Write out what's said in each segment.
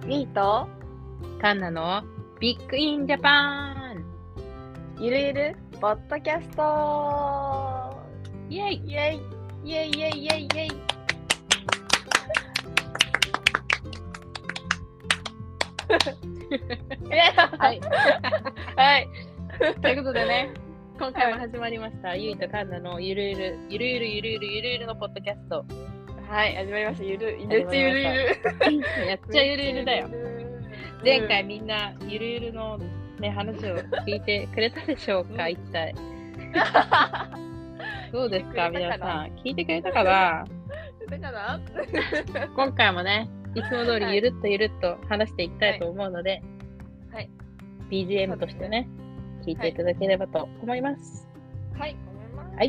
ミーとカンナのビッグインジャパン。 ゆるゆるポッドキャストイエイイエイイエイイエイイエイイエイはいはいということでね、今回も始まりました、ゆいとカンナのゆるゆるゆるゆるゆるゆるゆるゆるのポッドキャスト。 はい、始まりました。ゆる始まりましたゆるゆるやっちゃゆるゆるだよ。前回みんなゆるゆるのね話を聞いてくれたでしょうか、一体。どうですか皆さん、聞いてくれたかな。 だから今回もね、いつも通りゆるっとゆるっと話していきたいと思うので、 はい、 BGM としてね、聞いていただければと思います。 はい、思います。 はい。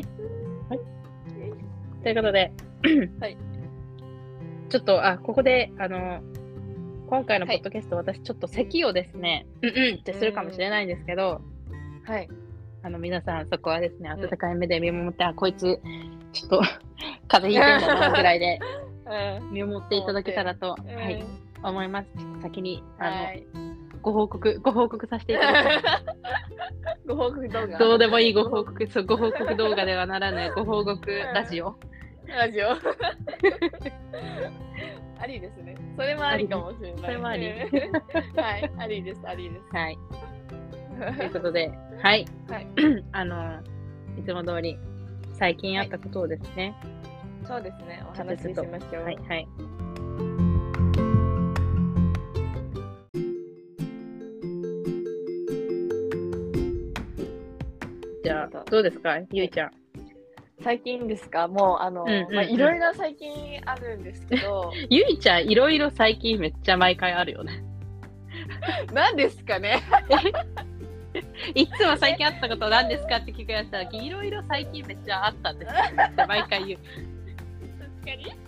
ということで、 はい、 ちょっとここで今回のポッドキャスト、私ちょっと咳をですね、ってするかもしれないんですけど、 はい、 皆さんそこはですね、温かい目で見守って、こいつちょっと風邪ひいてんだなぐらいで見守っていただけたらと、はい、思います。先にご報告させていただきます。 ご報告動画。 どうでもいいご報告動画ではならぬご報告ラジオ。 ラジオありですね。それもありかもしれない。 それもあり。 はい、ありです、ありです。 はい。ということで、はい。 はい、 いつも通り最近あったことをですね。 そうですね。お話ししましょう。 はいはい。じゃあどうですか、ゆいちゃん。 最近ですか。もういろいろ最近あるんですけど、 ゆいちゃんいろいろ最近めっちゃ毎回あるよね。 何ですかね。 いつも最近あったこと何ですかって聞くやつだけいろいろ最近めっちゃあったんですって毎回言う。 確かに。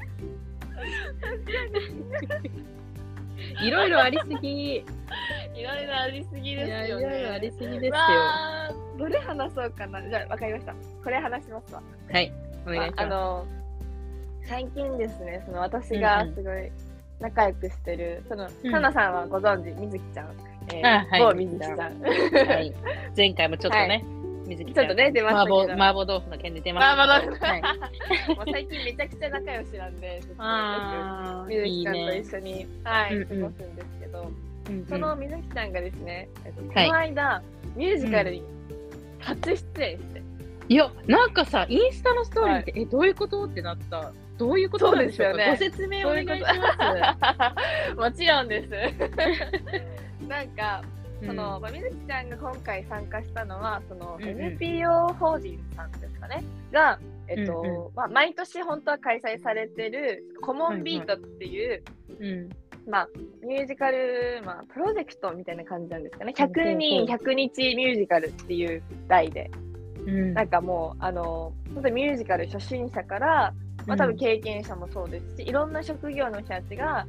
いろいろありすぎ。 いろいろありすぎですよね。 いろいろありすぎですよ。 どれ話そうかな。じゃあ、わかりました。これ話しますわ。 はい、お願いします。 最近ですね、私がすごい仲良くしてる、かなさんはご存知、みずきちゃん。某みずきちゃん。 はい。前回もちょっとね、みずきちゃん。 ちょっとね、出ましたけど。 麻婆豆腐の件で出ました。 麻婆豆腐。もう最近めちゃくちゃ仲良しなんで、みずきちゃんと一緒に、過ごすんですけど、そのみずきちゃんがですね、この間、ミュージカルに初出演して。 いや、なんかさ、インスタのストーリーって、どういうことってなった。どういうことなんでしょうか。ご説明お願いします。 もちろんです。なんか、みずきちゃんが今回参加したのは、NPO 法人さんですかね、が、毎年本当は開催されてるコモンビートっていう、ミュージカル、プロジェクトみたいな感じなんですかね。100人100日ミュージカルっていう題で、なんかもう本当にミュージカル初心者から、多分経験者もそうですし、いろんな職業の人たちが、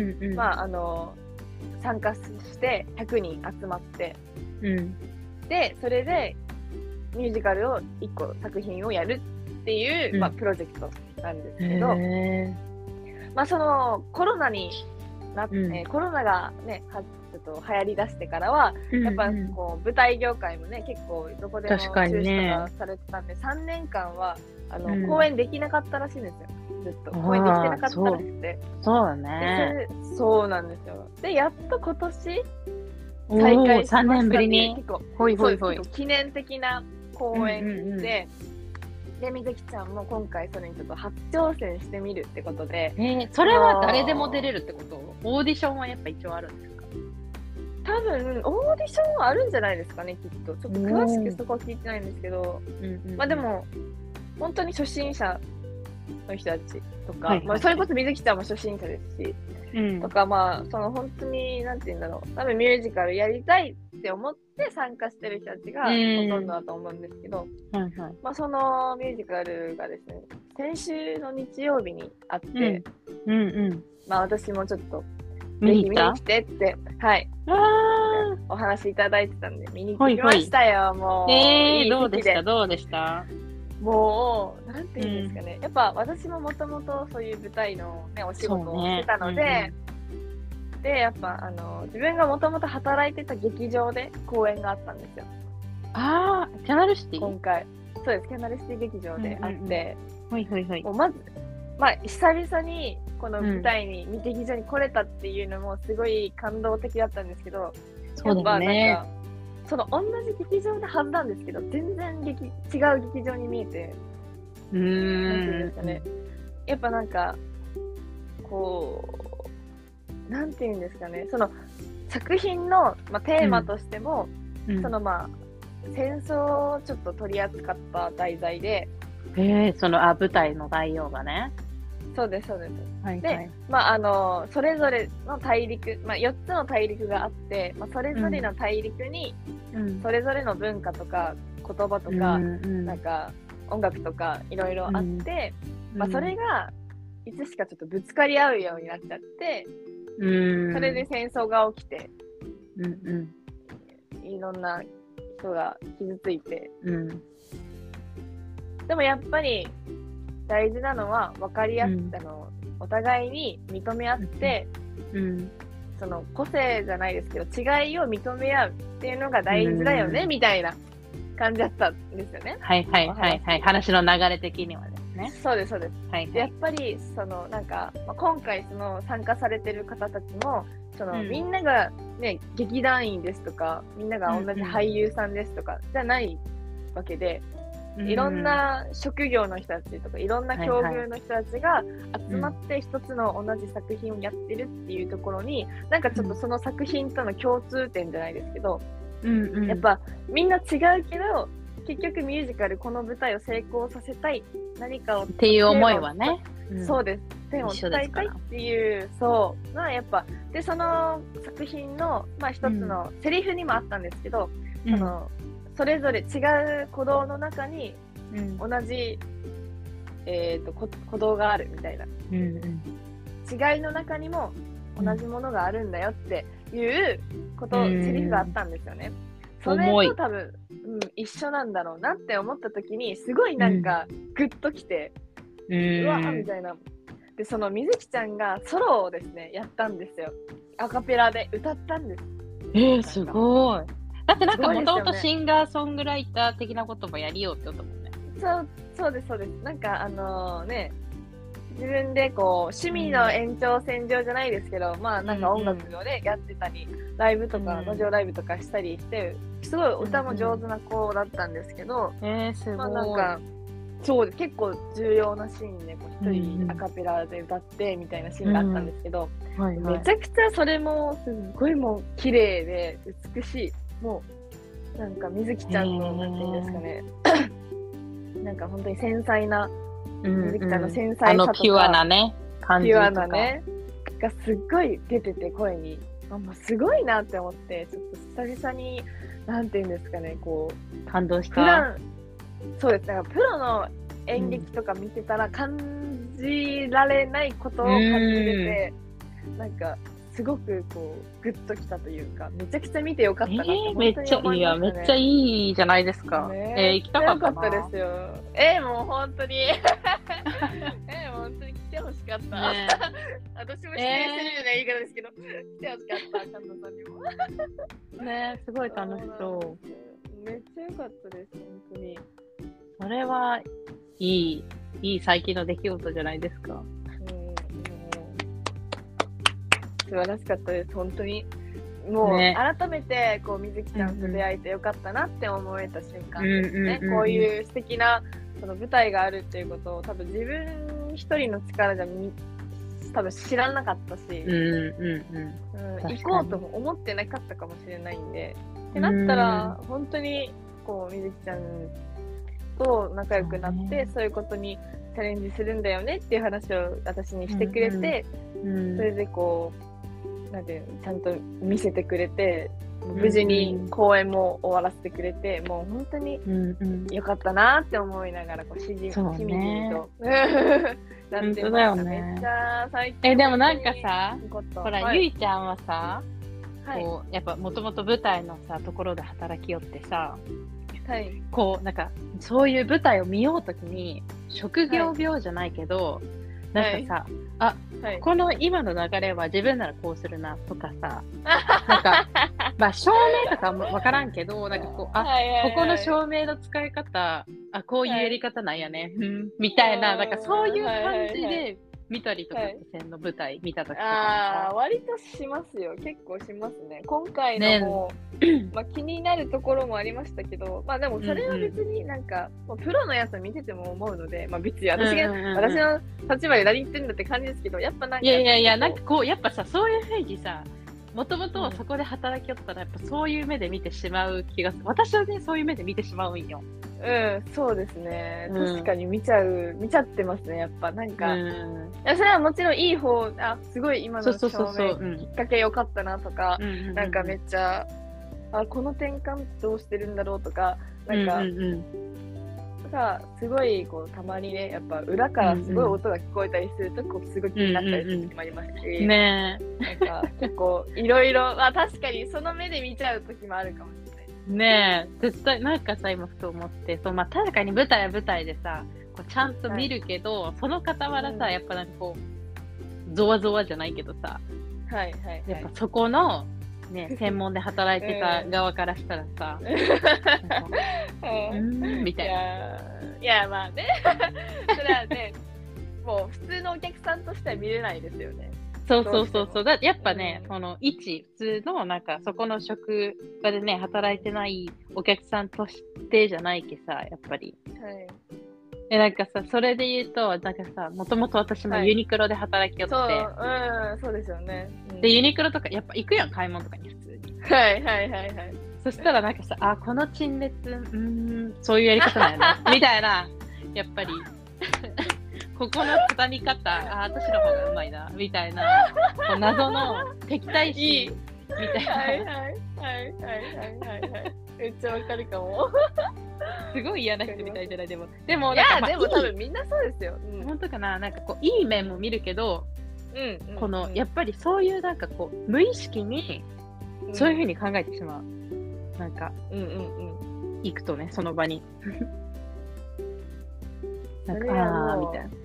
参加して100人集まって、でそれでミュージカルを1個作品をやるっていう、プロジェクトなんですけど、そのコロナになって、コロナがねちょっと流行りだしてからは、やっぱこう舞台業界もね結構どこでも中止とかされてたんで、3年間は公演できなかったらしいんですよ。ずっと公演できてなかったらしくて。 そうだね。 そうなんですよ。でやっと今年再開しました。3 年ぶりに結構記念的な公演で、でみずきちゃんも今回それにちょっと初挑戦してみるってことで。 それは誰でも出れるってこと？オーディションはやっぱ一応あるんですか？ 多分オーディションはあるんじゃないですかね、きっと。ちょっと詳しくそこは聞いてないんですけど、でも本当に初心者の人たちとか、それこそみずきちゃんも初心者ですし、とか本当になんて言うんだろう、多分ミュージカルやりたいって思って参加してる人たちがほとんどだと思うんですけど、そのミュージカルがですね、先週の日曜日にあって、私もちょっとぜひ見に来てって、お話いただいてたんで見に来ましたよ。もうどうでした？ もうなんていうんですかね、やっぱ私ももともとそういう舞台のねお仕事をしてたので、 で、やっぱ自分がもともと働いてた劇場で公演があったんですよ。 ああ、キャナルシティ今回。そうです、キャナルシティ劇場であって、 はいはいはい。 もうまず、久々にこの舞台に、劇場に来れたっていうのもすごい感動的だったんですけど、 そうだね。 やっぱなんか、その同じ劇場ではずなんですけど、全然違う劇場に見えて、なんていうんですかね。やっぱなんか、こう、なんていうんですかね、その作品の、テーマとしても、その戦争をちょっと取り扱った題材で、 その舞台の内容がね。 そうですそうです。 はいはい、 で、それぞれの大陸、4つの大陸があって、それぞれの大陸に、それぞれの文化とか言葉とか、なんか音楽とかいろいろあって、それがいつしかちょっとぶつかり合うようになっちゃって、それで戦争が起きて、いろんな人が傷ついて、でもやっぱり大事なのは分かり合ったの、お互いに認め合って、その個性じゃないですけど違いを認め合うっていうのが大事だよね、みたいな感じだったんですよね。 はいはいはいはい。話の流れ的にはですね。 そうですそうです。 はいはい、 でやっぱりそのなんか、今回その参加されてる方たちもその、みんながね劇団員ですとかみんなが同じ俳優さんですとかじゃないわけで、いろんな職業の人たちとかいろんな境遇の人たちが集まって一つの同じ作品をやってるっていうところに、なんかちょっとその作品との共通点じゃないですけど、やっぱみんな違うけど結局ミュージカルこの舞台を成功させたい何かをっていう思いはね、 そうです、点を伝えたいっていうそうやっぱでその作品の一つのセリフにもあったんですけど、それぞれ違う鼓動の中に同じ、鼓動があるみたいな、違いの中にも同じものがあるんだよっていうセリフがあったんですよね。それと多分、一緒なんだろうなって思った時にすごいなんかグッときて、うわみたいな。でその水木ちゃんがソロをですねやったんですよ。アカペラで歌ったんです。 すごい。だってなんかもともとシンガーソングライター的なこともやりようってこともね。 そうですそうです。なんか自分でこう趣味の延長線上じゃないですけど、なんか音楽をねやってたり、ライブとか路上ライブとかしたりして、すごい歌も上手な子だったんですけど、 すごい。 なんかそう結構重要なシーンで一人アカペラで歌ってみたいなシーンがあったんですけど、めちゃくちゃそれもすごいもう綺麗で美しい。もうなんか水木ちゃんのなんていうんですかねなんか本当に繊細な水木ちゃんの繊細さとか、 ピュアなね感じとか、 ピュアなねがすっごい出てて声にもうすごいなって思って、ちょっと久々になんていうんですかねこう感動した。 そうです。だからプロの演劇とか見てたら感じられないことを感じれて、なんかすごくこうグッときたというか、めちゃくちゃ見てよかったなって本当に思いましたね。 めっちゃいいじゃないですか。行きたかったな。 よかったですよ。もう本当にもう本当に来てほしかった。私も出演するような言い方ですけど、来てほしかった神田さんにも。 ね、すごい楽しそう。 めっちゃ良かったです本当に。 それはいい最近の出来事じゃないですか。 素晴らしかったです本当に。もう、改めてこう水木ちゃんと出会えてよかったなって思えた瞬間ですね。こういう素敵なその舞台があるっていうことを多分自分一人の力じゃ多分知らなかったし、行こうとも思ってなかったかもしれないんで、ってなったら本当にこう水木ちゃんと仲良くなって、そういうことにチャレンジするんだよねっていう話を私にしてくれて、それでこうなんてちゃんと見せてくれて、無事に公演も終わらせてくれて、もう本当に良かったなって思いながらこうしみじみとなってました。めっちゃ最近でもなんかさ、ほら、ゆいちゃんはさ、こうやっぱもともと舞台のさところで働きよってさ、こうなんかそういう舞台を見ようときに職業病じゃないけど、 なんかさ、ここの今の流れは自分ならこうするなとかさ、なんか、まあ照明とかもわからんけど、なんかこう、ここの照明の使い方、こういうやり方なんやね、みたいな、なんかそういう感じで見たりとか、線の舞台見たときとか割としますよ。結構しますね。今回のも、まあ気になるところもありましたけど、まあでもそれは別になんか、プロのやつ見てても思うので、まあ別に私の立場で何言ってんだって感じですけど、やっぱなんか。 いや、なんかこう、やっぱさ、そういうふうにさ、もともとそこで働きよったら、やっぱそういう目で見てしまう気がする。私はね、そういう目で見てしまうんよ。 そうですね。確かに見ちゃってますね、やっぱ。なんか、それはもちろんいい方、すごい今の照明きっかけ良かったなとか、なんかめっちゃ、この転換どうしてるんだろうとか、なんか、すごいこうたまにね、やっぱ裏からすごい音が聞こえたりすると、こうすごい気になったりする時もありますし、なんか結構いろいろ、確かにその目で見ちゃう時もあるかもしれない。 ねえ、絶対なんかさ、今ふと思って、確かに舞台は舞台でさ、こうちゃんと見るけど、その傍らさ、やっぱなんかこうゾワゾワじゃないけどさ、やっぱそこのね、専門で働いてた側からしたらさ、みたいな。 いや、まあね、それはね、もう普通のお客さんとしては見れないですよね。 そう。だやっぱね、その普通のなんかそこの職場でね、働いてないお客さんとしてじゃないけさ、やっぱり。なんかさ、それで言うと、なんかさ、もともと私もユニクロで働きよって、 そうですよね。 で、ユニクロとかやっぱ行くやん、買い物とかに普通に。そしたらなんかさ、この陳列、そういうやり方なんやな、みたいな、やっぱり、ここの畳み方、私の方がうまいな、みたいな、こう謎の敵対心、みたいな。 めっちゃわかるかも。 すごい嫌な人みたいじゃない、でも。 でも多分みんなそうですよ。 本当かな、なんかこう、いい面も見るけど、この、やっぱりそういうなんかこう、無意識に、そういうふうに考えてしまう。なんか、行くとね、その場に。なんか、みたいな。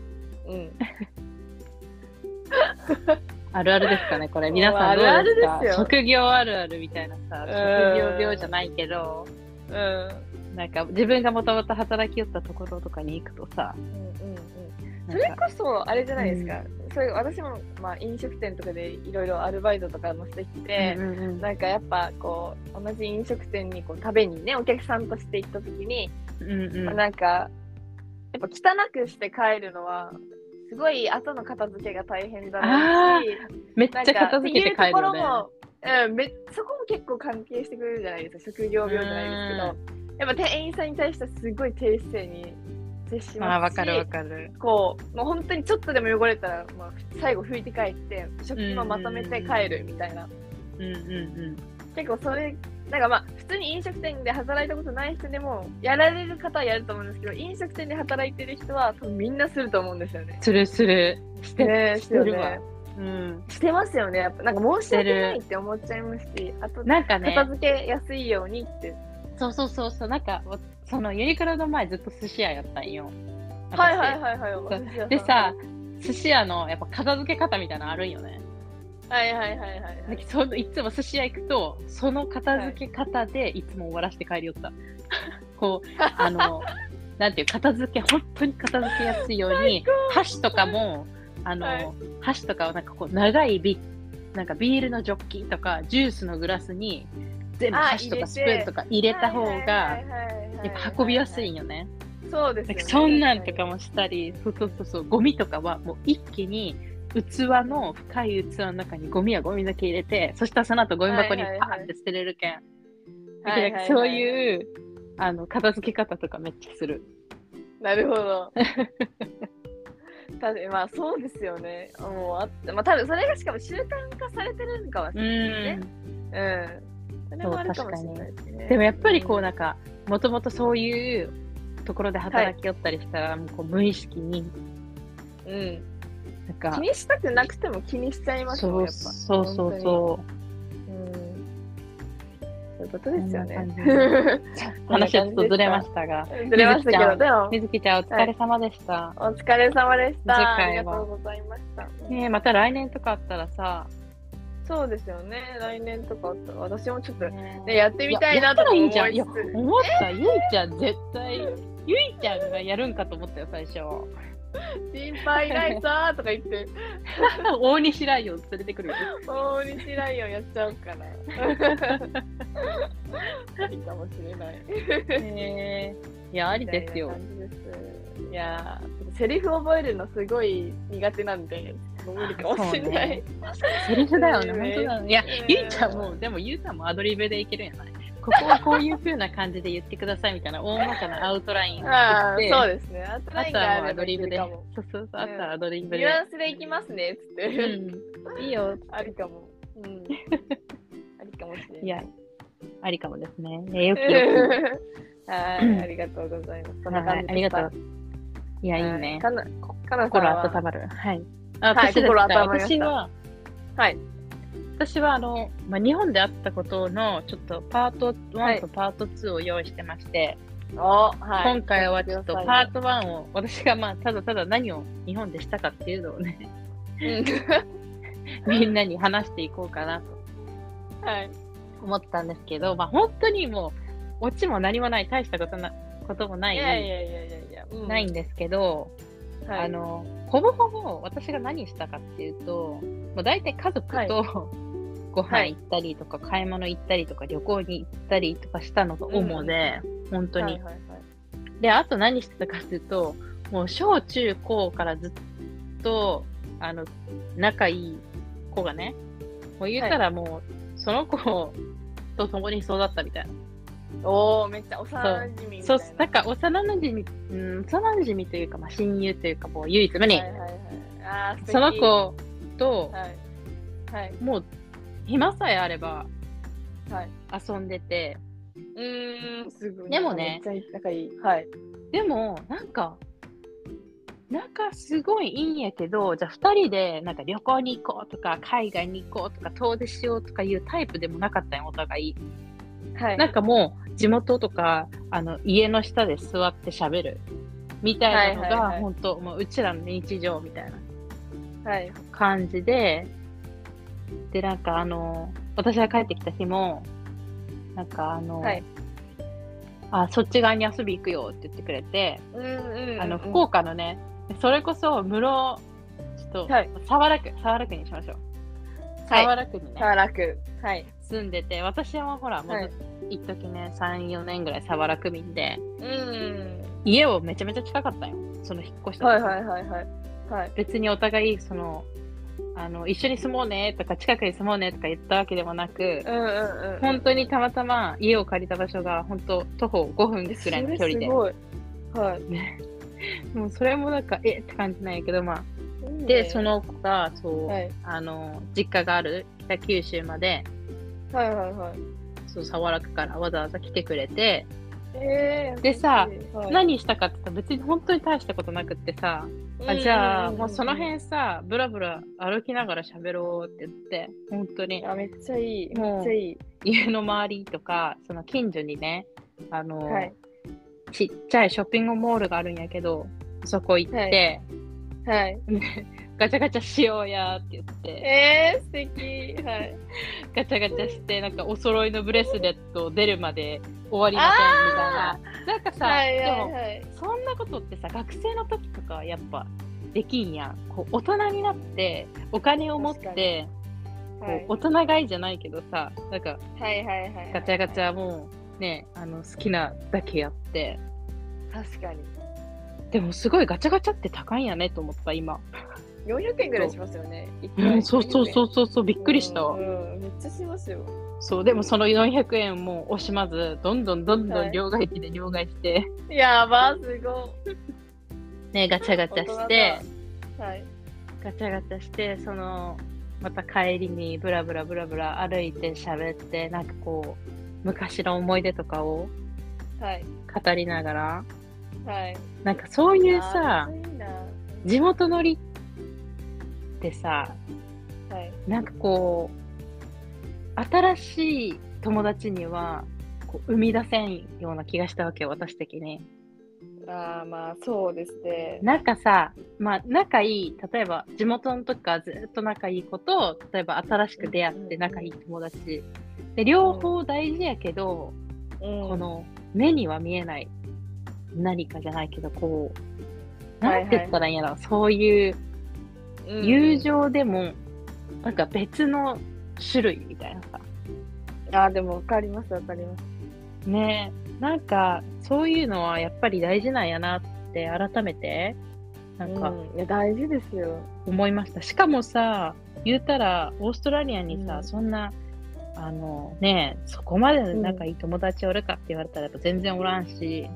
あるあるですかね、これ。皆さんどうですか？職業あるあるみたいなさ、職業病じゃないけど、なんか自分がもともと働きよったところとかに行くとさ、 それこそあれじゃないですか。それ私もまあ飲食店とかでいろいろアルバイトとかもしてきて、なんかやっぱこう同じ飲食店にこう食べにねお客さんとして行った時に、なんかやっぱ汚くして帰るのはすごい後の片付けが大変だなし、 めっちゃ片付けて帰るよね。 そこも結構関係してくれるじゃないですか。職業病じゃないですけど、やっぱ店員さんに対してはすごい低姿勢に接しますし、 わかる。 こうもう本当にちょっとでも汚れたら、最後拭いて帰って食器もまとめて帰るみたいな。結構それなんか普通に飲食店で働いたことない人でもやられる方はやると思うんですけど、飲食店で働いてる人は多分みんなすると思うんですよね。 するしてるわ。 してますよね。やっぱなんか申し訳ないって思っちゃいますし、あとなんかね、 片付けやすいようにって。 そうなんかそのユニクロの前ずっと寿司屋やったんよ。でさ、寿司屋のやっぱ片付け方みたいなのあるんよね。いつも寿司屋行くとその片付け方でいつも終わらせて帰りよった。こうなんていう片付け本当に片付けやすいように箸とかも箸とかをなんかこう長いなんかビールのジョッキとかジュースのグラスに全部箸とかスプーンとか入れた方がやっぱ運びやすいんよね。 そうですね。 そんなんとかもしたり、そうゴミとかはもう一気に器の深い器の中にゴミはゴミだけ入れて、そしたらその後ゴミ箱にパーンって捨てれるけん。そういう片付け方とかめっちゃする。 なるほど。そうですよね。もう多分それがしかも習慣化されてるんかもしれないね。それもあるかもしれないですね。 でもやっぱりこうなんかもともとそういうところで働きよったりしたら、もうこう無意識に、 なんか気にしたくなくても気にしちゃいますよ、やっぱ。 そう。 ことですよね。 話ちょっとずれましたが。 ずれましたけど、でも。 みずきちゃんお疲れ様でした。 お疲れ様でした。 次回はありがとうございました。 また来年とかあったらさ。 そうですよね。来年とかあったら、私もちょっとね、やってみたいなと思いつつ。 いや、思った、ゆいちゃん絶対、ゆいちゃんがやるんかと思ったよ、最初。 心配ないさーとか言って。 大西ライオン連れてくるよ。 大西ライオンやっちゃうかな。ありかもしれない。 いや、ありですよ。 いや、セリフ覚えるのすごい苦手なんで、無理かもしれない。 セリフだよね、本当だね。いや、ゆいちゃんも、でもゆうたんもアドリブでいけるんやない。ここはこういう風な感じで言ってくださいみたいな大まかなアウトラインを作って、 そうですね。アウトラインがあとはアドリブで。そうあとはアドリブで。 ニュアンスでいきますね、つって。 いいよ。 ありかも。ありかもしれない。 いや、ありかもですね。よくありがとうございます。そんなありがとう。いや、いいね。 かな心温まる。はい。 心温まりました。 はい。私は日本であったことのちょっとパート1とパート2を用意してまして、今回はちょっとパート1を私がただただ何を日本でしたかっていうのをね、みんなに話していこうかなと思ったんですけど、本当にもうオチも何もない、大したこともないないんですけど、ほぼほぼ私が何したかっていうと、もう大体家族とご飯行ったりとか、買い物行ったりとか、旅行に行ったりとかしたのが主で、本当に。で、あと何してたかっていうと、もう小中高からずっと、仲いい子がね、もう言ったらもう、その子と共に育ったみたいな。 めっちゃ幼馴染みみたいな。 なんか幼馴染というか、親友というか、もう唯一無二。その子と、もう暇さえあれば遊んでて、 すごい。 でもね、 めっちゃ仲いい。 でもなんかすごいいいんやけど、じゃあ2人でなんか旅行に行こうとか海外に行こうとか遠出しようとかいうタイプでもなかったよ、お互い。なんかもう地元とか家の下で座って喋るみたいなのが本当もううちらの日常みたいな感じで、なんか私が帰ってきた日もなんかそっち側に遊び行くよって言ってくれて、福岡のね、それこそちょっと早良区にしましょう。早良区にね、住んでて、私はほらもう一時ね3、4年ぐらい早良区民で、家をめちゃめちゃ近かったよ、その引っ越した時。別にお互い一緒に住もうねとか近くに住もうねとか言ったわけでもなく、本当にたまたま家を借りた場所が本当徒歩5分ぐらいの距離で、もうそれもなんかって感じなんやけど、でその子が実家がある北九州まで早良区からわざわざ来てくれて、でさ、何したかって言ったら別に本当に大したことなくってさ、じゃあもうその辺さブラブラ歩きながら喋ろうって言って、本当にめっちゃいい、 もう家の周りとかその近所にねちっちゃいショッピングモールがあるんやけど、そこ行って、ガチャガチャしようやって言って、 素敵。 ガチャガチャしてなんかお揃いのブレスレット出るまで終わりませんみたいな。なんかさ、でもそんなことってさ、学生の時とかやっぱできんやん。こう大人になってお金を持ってこう大人買いじゃないけどさ、なんかガチャガチャもうね、好きなだけやって。 確かに。 でもすごいガチャガチャって高いんやねと思った今。 400円ぐらいしますよね。 そうびっくりした。 めっちゃしますよ。 そう、でもその400円も惜しまず、どんどん両替機で両替して。 やば、すごい。 ね、ガチャガチャして、ガチャガチャして、また帰りにブラブラ歩いて喋って、なんかこう、昔の思い出とかを語りながら、なんかそういうさ、地元乗りってさ、なんかこう、新しい友達にはこう生み出せんような気がしたわけよ、私的に。 まあそうですね。 なんかさ、まあ仲いい、例えば地元の時からずっと仲いい子と、例えば新しく出会って仲いい友達。で、両方大事やけど、この目には見えない何かじゃないけど、こう、なんて言ったらいいんやろ、そういう友情でも、なんか別の種類みたいなさ。 でもわかります。 ねえ、なんかそういうのはやっぱり大事なんやなって改めてなんか、 いや大事ですよ思いました。しかもさ、言うたらオーストラリアにさ、そんなねえ、そこまで仲いい友達おるかって言われたらやっぱ全然おらんし、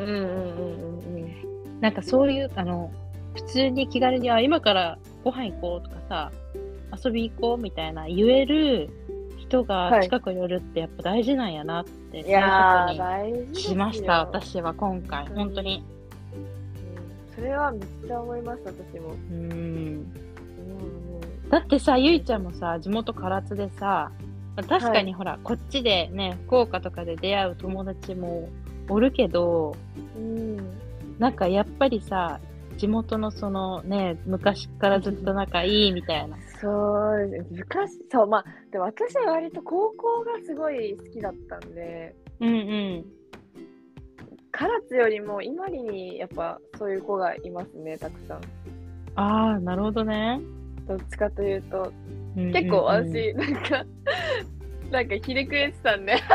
なんかそういう普通に気軽に今からご飯行こうとかさ、遊び行こうみたいな言える人が近くにおるってやっぱ大事なんやなって大事しました。私は今回本当に、 それはめっちゃ思います。私もだってさ、ゆいちゃんもさ地元唐津でさ、確かにほら、こっちでね福岡とかで出会う友達もおるけど、なんかやっぱりさ地元のそのね昔からずっと仲いいみたいな。 そうですね。そうまあでも私は割と高校がすごい好きだったんで、唐津よりも今里にやっぱそういう子がいますね、たくさん。 なるほどね。 どっちかというと、結構私なんかひねくれてたんでもう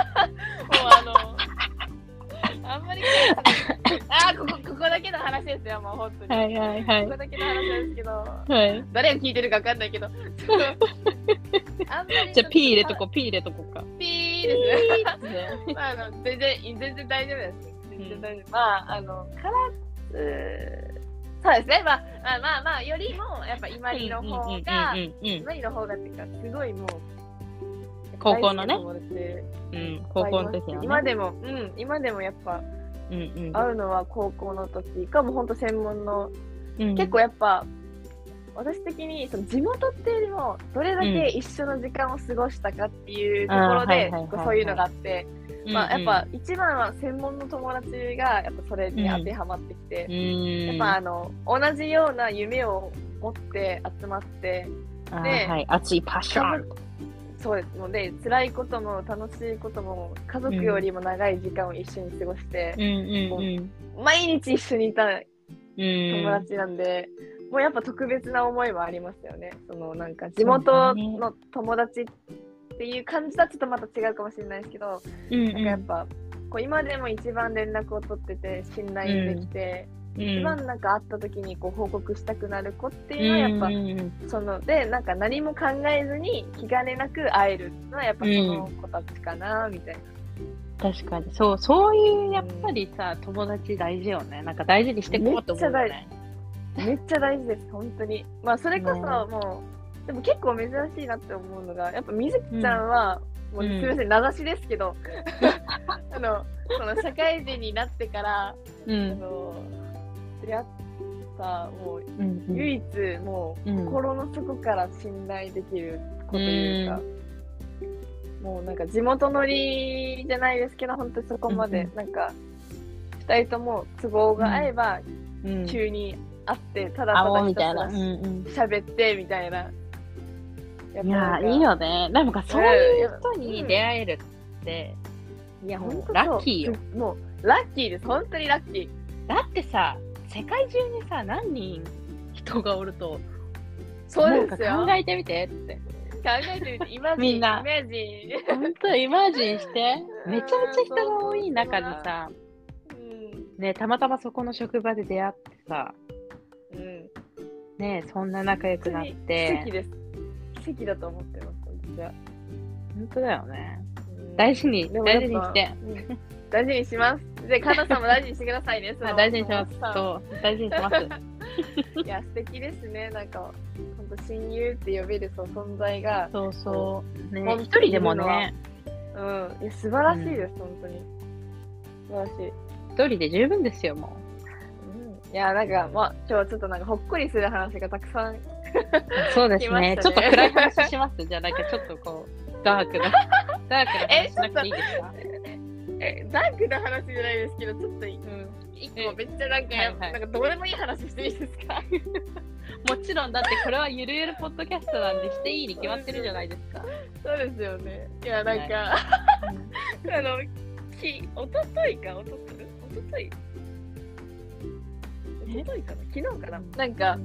あんまりここだけの話ですよ、もう本当に。ここだけの話ですけど、誰が聞いてるか分かんないけど、あんまりじゃあピー入れとこか。ピーですね。まあ全然大丈夫です。全然大丈夫。まあ唐津、そうですね。まあよりもやっぱ今里の方が、今里の方がっていうかすごいもう高校のね。高校の時のね。 今でもやっぱ会うのは高校の時かも、本当専門の、結構やっぱ私的にその地元っていうよりもどれだけ一緒の時間を過ごしたかっていうところでそういうのがあって、まあやっぱ一番は専門の友達がやっぱそれに当てはまってきて、やっぱ同じような夢を持って集まって、 で、熱いパッション。 そうですので、辛いことも楽しいことも家族よりも長い時間を一緒に過ごして、毎日一緒にいた友達なんで、もうやっぱ特別な思いもありますよね。そのなんか地元の友達っていう感じとはちょっとまた違うかもしれないですけど、なんかやっぱこう今でも一番連絡を取ってて信頼できて、一番なんか会った時にこう報告したくなる子っていうのはやっぱ、そのでなんか何も考えずに気兼ねなく会えるのはやっぱその子たちかなみたいな。 確かにそういうやっぱりさ、友達大事よね。なんか大事にしていこうと思うよね。 めっちゃ大事です本当に。まあそれこそもうでも結構珍しいなって思うのが、やっぱみずきちゃんは、もうすみません名指しですけどその社会人になってから、出会ったもう、唯一もう、心の底から信頼できる子というか、もうなんか地元乗りじゃないですけど本当にそこまで、なんか2人とも都合が合えば、急に会ってただただひたすら喋ってみたいな。 いやいいよね。でもそういう人に出会えるって、 いや本当ラッキーよ。 もうラッキーです。本当にラッキー。 だってさ、世界中にさ何人人がおると、 そうですよ。 考えてみてって。 考えてみて、イマジン。 みんな。 イマジン。本当イマジンして。めちゃめちゃ人が多い中でさ、ね、たまたまそこの職場で出会ってさ、ね、そんな仲良くなって。 奇跡です。奇跡だと思ってます、私は。 本当だよね。大事にして。 大事にします。で、カナさんも大事にしてくださいね。 大事にします。大事にします。 いや、素敵ですね。なんか、本当親友って呼べる存在が。 ね、一人でもね。 いや、素晴らしいです、本当に。素晴らしい。 一人で十分ですよ、もう。 いや、なんか、まあ、今日はちょっとなんかほっこりする話がたくさん。 そうですね。ちょっと暗い話します。じゃあ、なんかちょっとこう、ダークな話しなくていいですか？ ダークな話じゃないですけど、ちょっと一個めっちゃなんかどうでもいい話していいですか？ もちろん、だってこれはゆるゆるポッドキャストなんでしていいに決まってるじゃないですか。 そうですよね。いや、なんか、おとといかな昨日かな、なんか、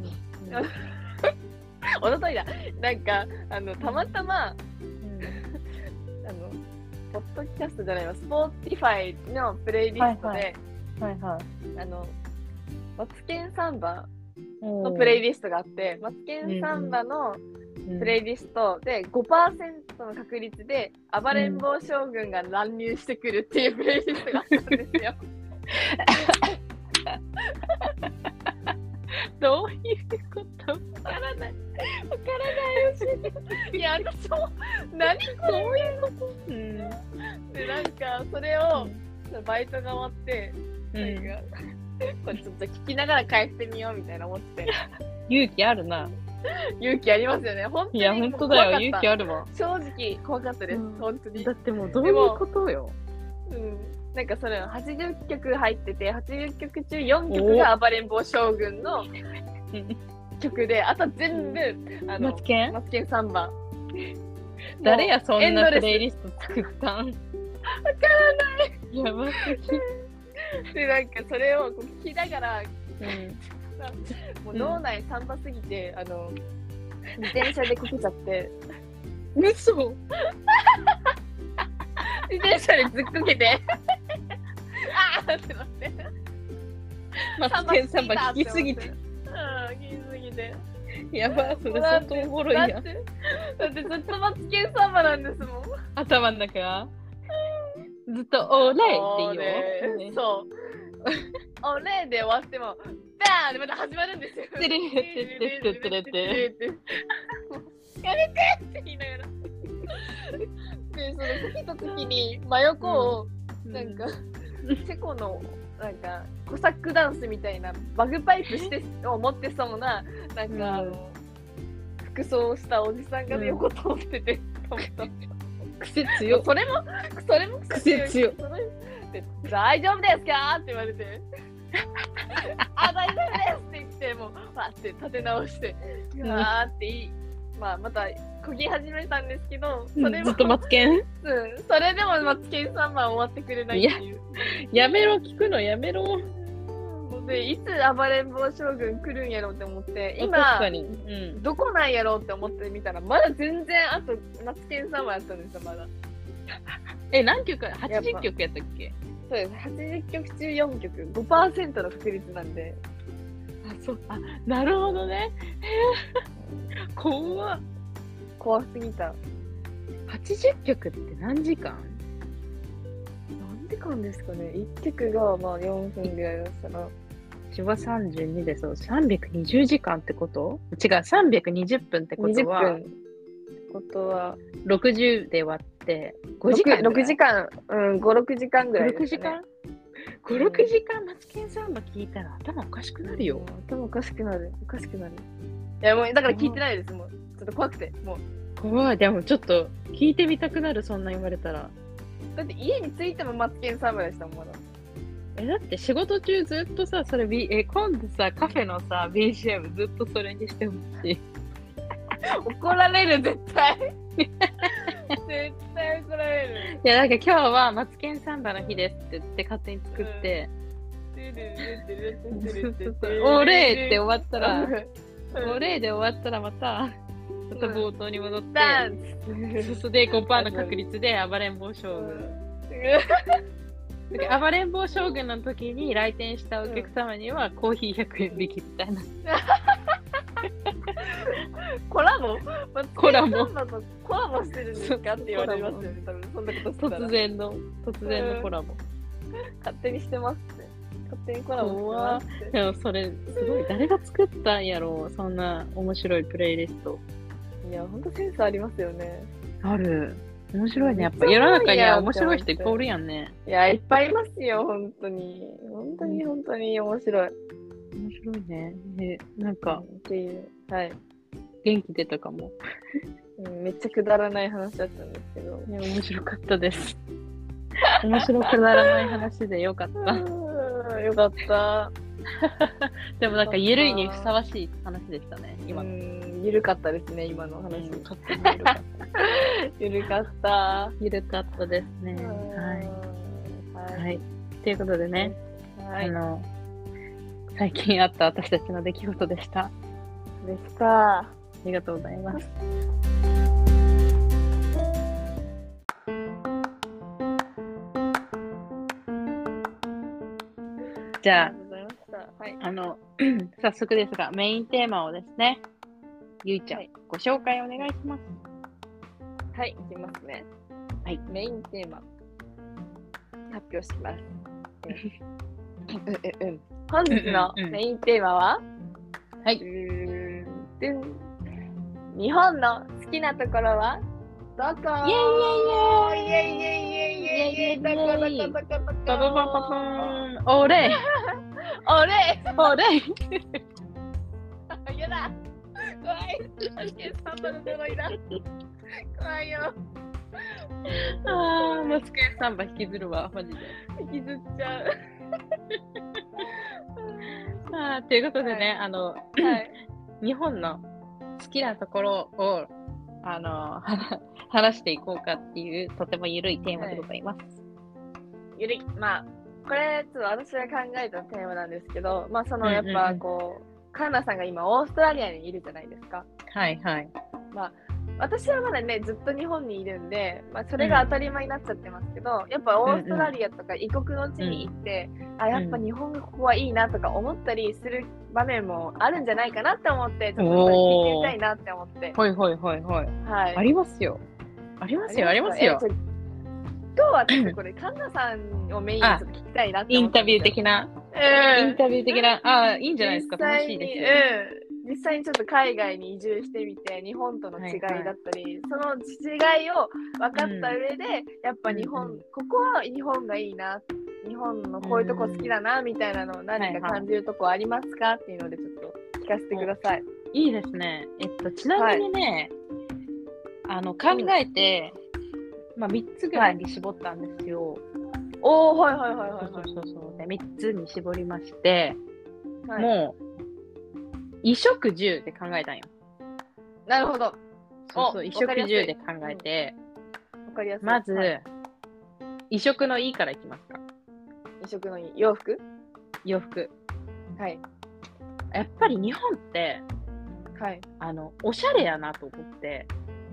おとといだ。なんか、たまたま、ポッドキャストじゃないわ、スポーティファイのプレイリストで、マツケンサンバのプレイリストがあって、マツケンサンバのプレイリストで 5% の確率で暴れん坊将軍が乱入してくるっていうプレイリストがあったんですよ。 どういうことわからない。 教えて。いや、私も何これ、そういうこと。で、なんかそれをバイトが終わって、なんかこれちょっと聞きながら帰ってみようみたいな思って。 勇気あるな。 勇気ありますよね。本当に。 いや、本当だよ。勇気あるわ。 正直怖かったです。本当に。 だってもうどういうことよ。 なんかそれ80曲入ってて、80曲中4曲が暴れん坊将軍の曲で、あと全部マツケンサンバ。 誰やそんなプレイリスト作ったん？わからない。やばすぎ。で、なんかそれを聞きながら、もう脳内サンバすぎて、自転車でこけちゃって。 嘘。 自転車でずっこけて。あーってなって。 マツケンサンバ聞きすぎて。 聞きすぎて。 やば、それ相当おもろいやん。 だってずっとマツケンサンバなんですもん。 頭の中ずっとオーレって言おう。 そう。オーレで終わっても、バーンでまた始まるんですよ。 てれててててて。 やめてって言いながら。で、その時と時に真横を、なんか、チェコの、なんか、コサックダンスみたいな、バグパイプを持ってそうな、なんか、服装をしたおじさんが横通ってて、 癖強い。 それも癖強い。 大丈夫ですかって言われて、あ、大丈夫ですって言って、もう、わって立て直して、わーってまたこぎ始めたんですけど、それもずっとマツケン？ それでもマツケンさんは終わってくれないっていう。 やめろ、聞くのやめろ。 で、いつ暴れん坊将軍来るんやろうって思って、今、どこなんやろうって思ってみたら、まだ全然あとマツケンさんはやったんですよ、まだ。 何曲 ?80 曲やったっけ？ そうです、80曲中4曲、5% の確率なんで。 なるほどね。怖すぎた。 80曲って何時間？ 何時間ですかね。1曲がまあ4分ぐらいだったら。 千葉32で320時間ってこと？違う、320分ってことは。 20分ってことは。 60で割って5時間。 6時間、5、6時間ぐらいです、ね。 6時間5、6時間マツケンサンバ聞いたら頭おかしくなるよ。 頭おかしくなる。いや、もうだから聞いてないです。もうちょっと怖くて。もう怖い。でもちょっと聞いてみたくなる、そんな言われたら。 だって家に着いてもマツケンサンバでしたもん、まだ。 だって仕事中ずっとさ、それ、今度さ、カフェのさ、BGM ずっとそれにしてほしい。 怒られる、絶対。絶対怒られる。 いや、なんか今日はマツケンサンバの日ですって言って勝手に作って、お礼って終わったら、お礼で終わったらまた冒頭に戻って、それで 5% の確率で暴れん坊将軍。暴れん坊将軍の時に来店したお客様にはコーヒー100円引きみたいな。 コラボコラボしてるんですかって言われますよね、多分そんなことしたら。突然のコラボ。 勝手にしてますって。勝手にコラボしてますって。 でもそれ、すごい。誰が作ったんやろう、そんな面白いプレイリスト。 いや、ほんとセンスありますよね。 ある。面白いね。やっぱ世の中には面白い人いっぱいおるやんね。 いや、いっぱいいますよ、本当に。本当に面白い。 面白いね。なんか、 っていう、はい。 元気出たかも。 めっちゃくだらない話だったんですけど。 面白かったです。 面白くならない話でよかった。 よかった。 でもなんかゆるいにふさわしい話でしたね、今の。 ゆるかったですね、今の話。 とってもゆるかった。 ゆるかったですね。はい。ということでね、最近あった私たちの出来事でした。ありがとうございます。じゃあ、早速ですが、メインテーマをですね、ゆいちゃん、ご紹介お願いします。 はい、いきますね。 はい。 メインテーマ、発表します。本日のメインテーマは、 はい。 日本の好きなところはどこ？ イエイイエイイエイイエイイエイイエイイエイどこオレオレやだ怖いサンバの呪いだ怖いよマスケンサンバ引きずるわマジで引きずっちゃうということでね、日本の好きなところを話していこうかっていうとてもゆるいテーマでございます。 ゆるい。これちょっと私が考えたテーマなんですけど、そのやっぱこう、カンナさんが今オーストラリアにいるじゃないですか。 はいはい。 私はまだねずっと日本にいるんで、それが当たり前になっちゃってますけど、やっぱオーストラリアとか異国の地に行って、やっぱ日本がここはいいなとか思ったりする場面もあるんじゃないかなって思って、ちょっと聞いてみたいなって思って。 はい。ありますよ。ありますよ。今日はちょっとこれカンナさんをメインにちょっと聞きたいなって思って。インタビュー的な。いいんじゃないですか。楽しいですよ。 実際にちょっと海外に移住してみて日本との違いだったり、その違いを分かった上で、やっぱ日本、ここは日本がいいな、日本のこういうとこ好きだなみたいなのを何か感じるとこありますかっていうのでちょっと聞かせてください。 いいですね。ちなみにね、考えて、3つぐらいに絞ったんですよ。 はい。 そうで3つに絞りまして、もう衣食住で考えたんよ。 なるほど。 そう衣食住で考えて、まず、衣食のいいからいきますか。 衣食のいい洋服。はい。 やっぱり日本って、おしゃれやなと思って。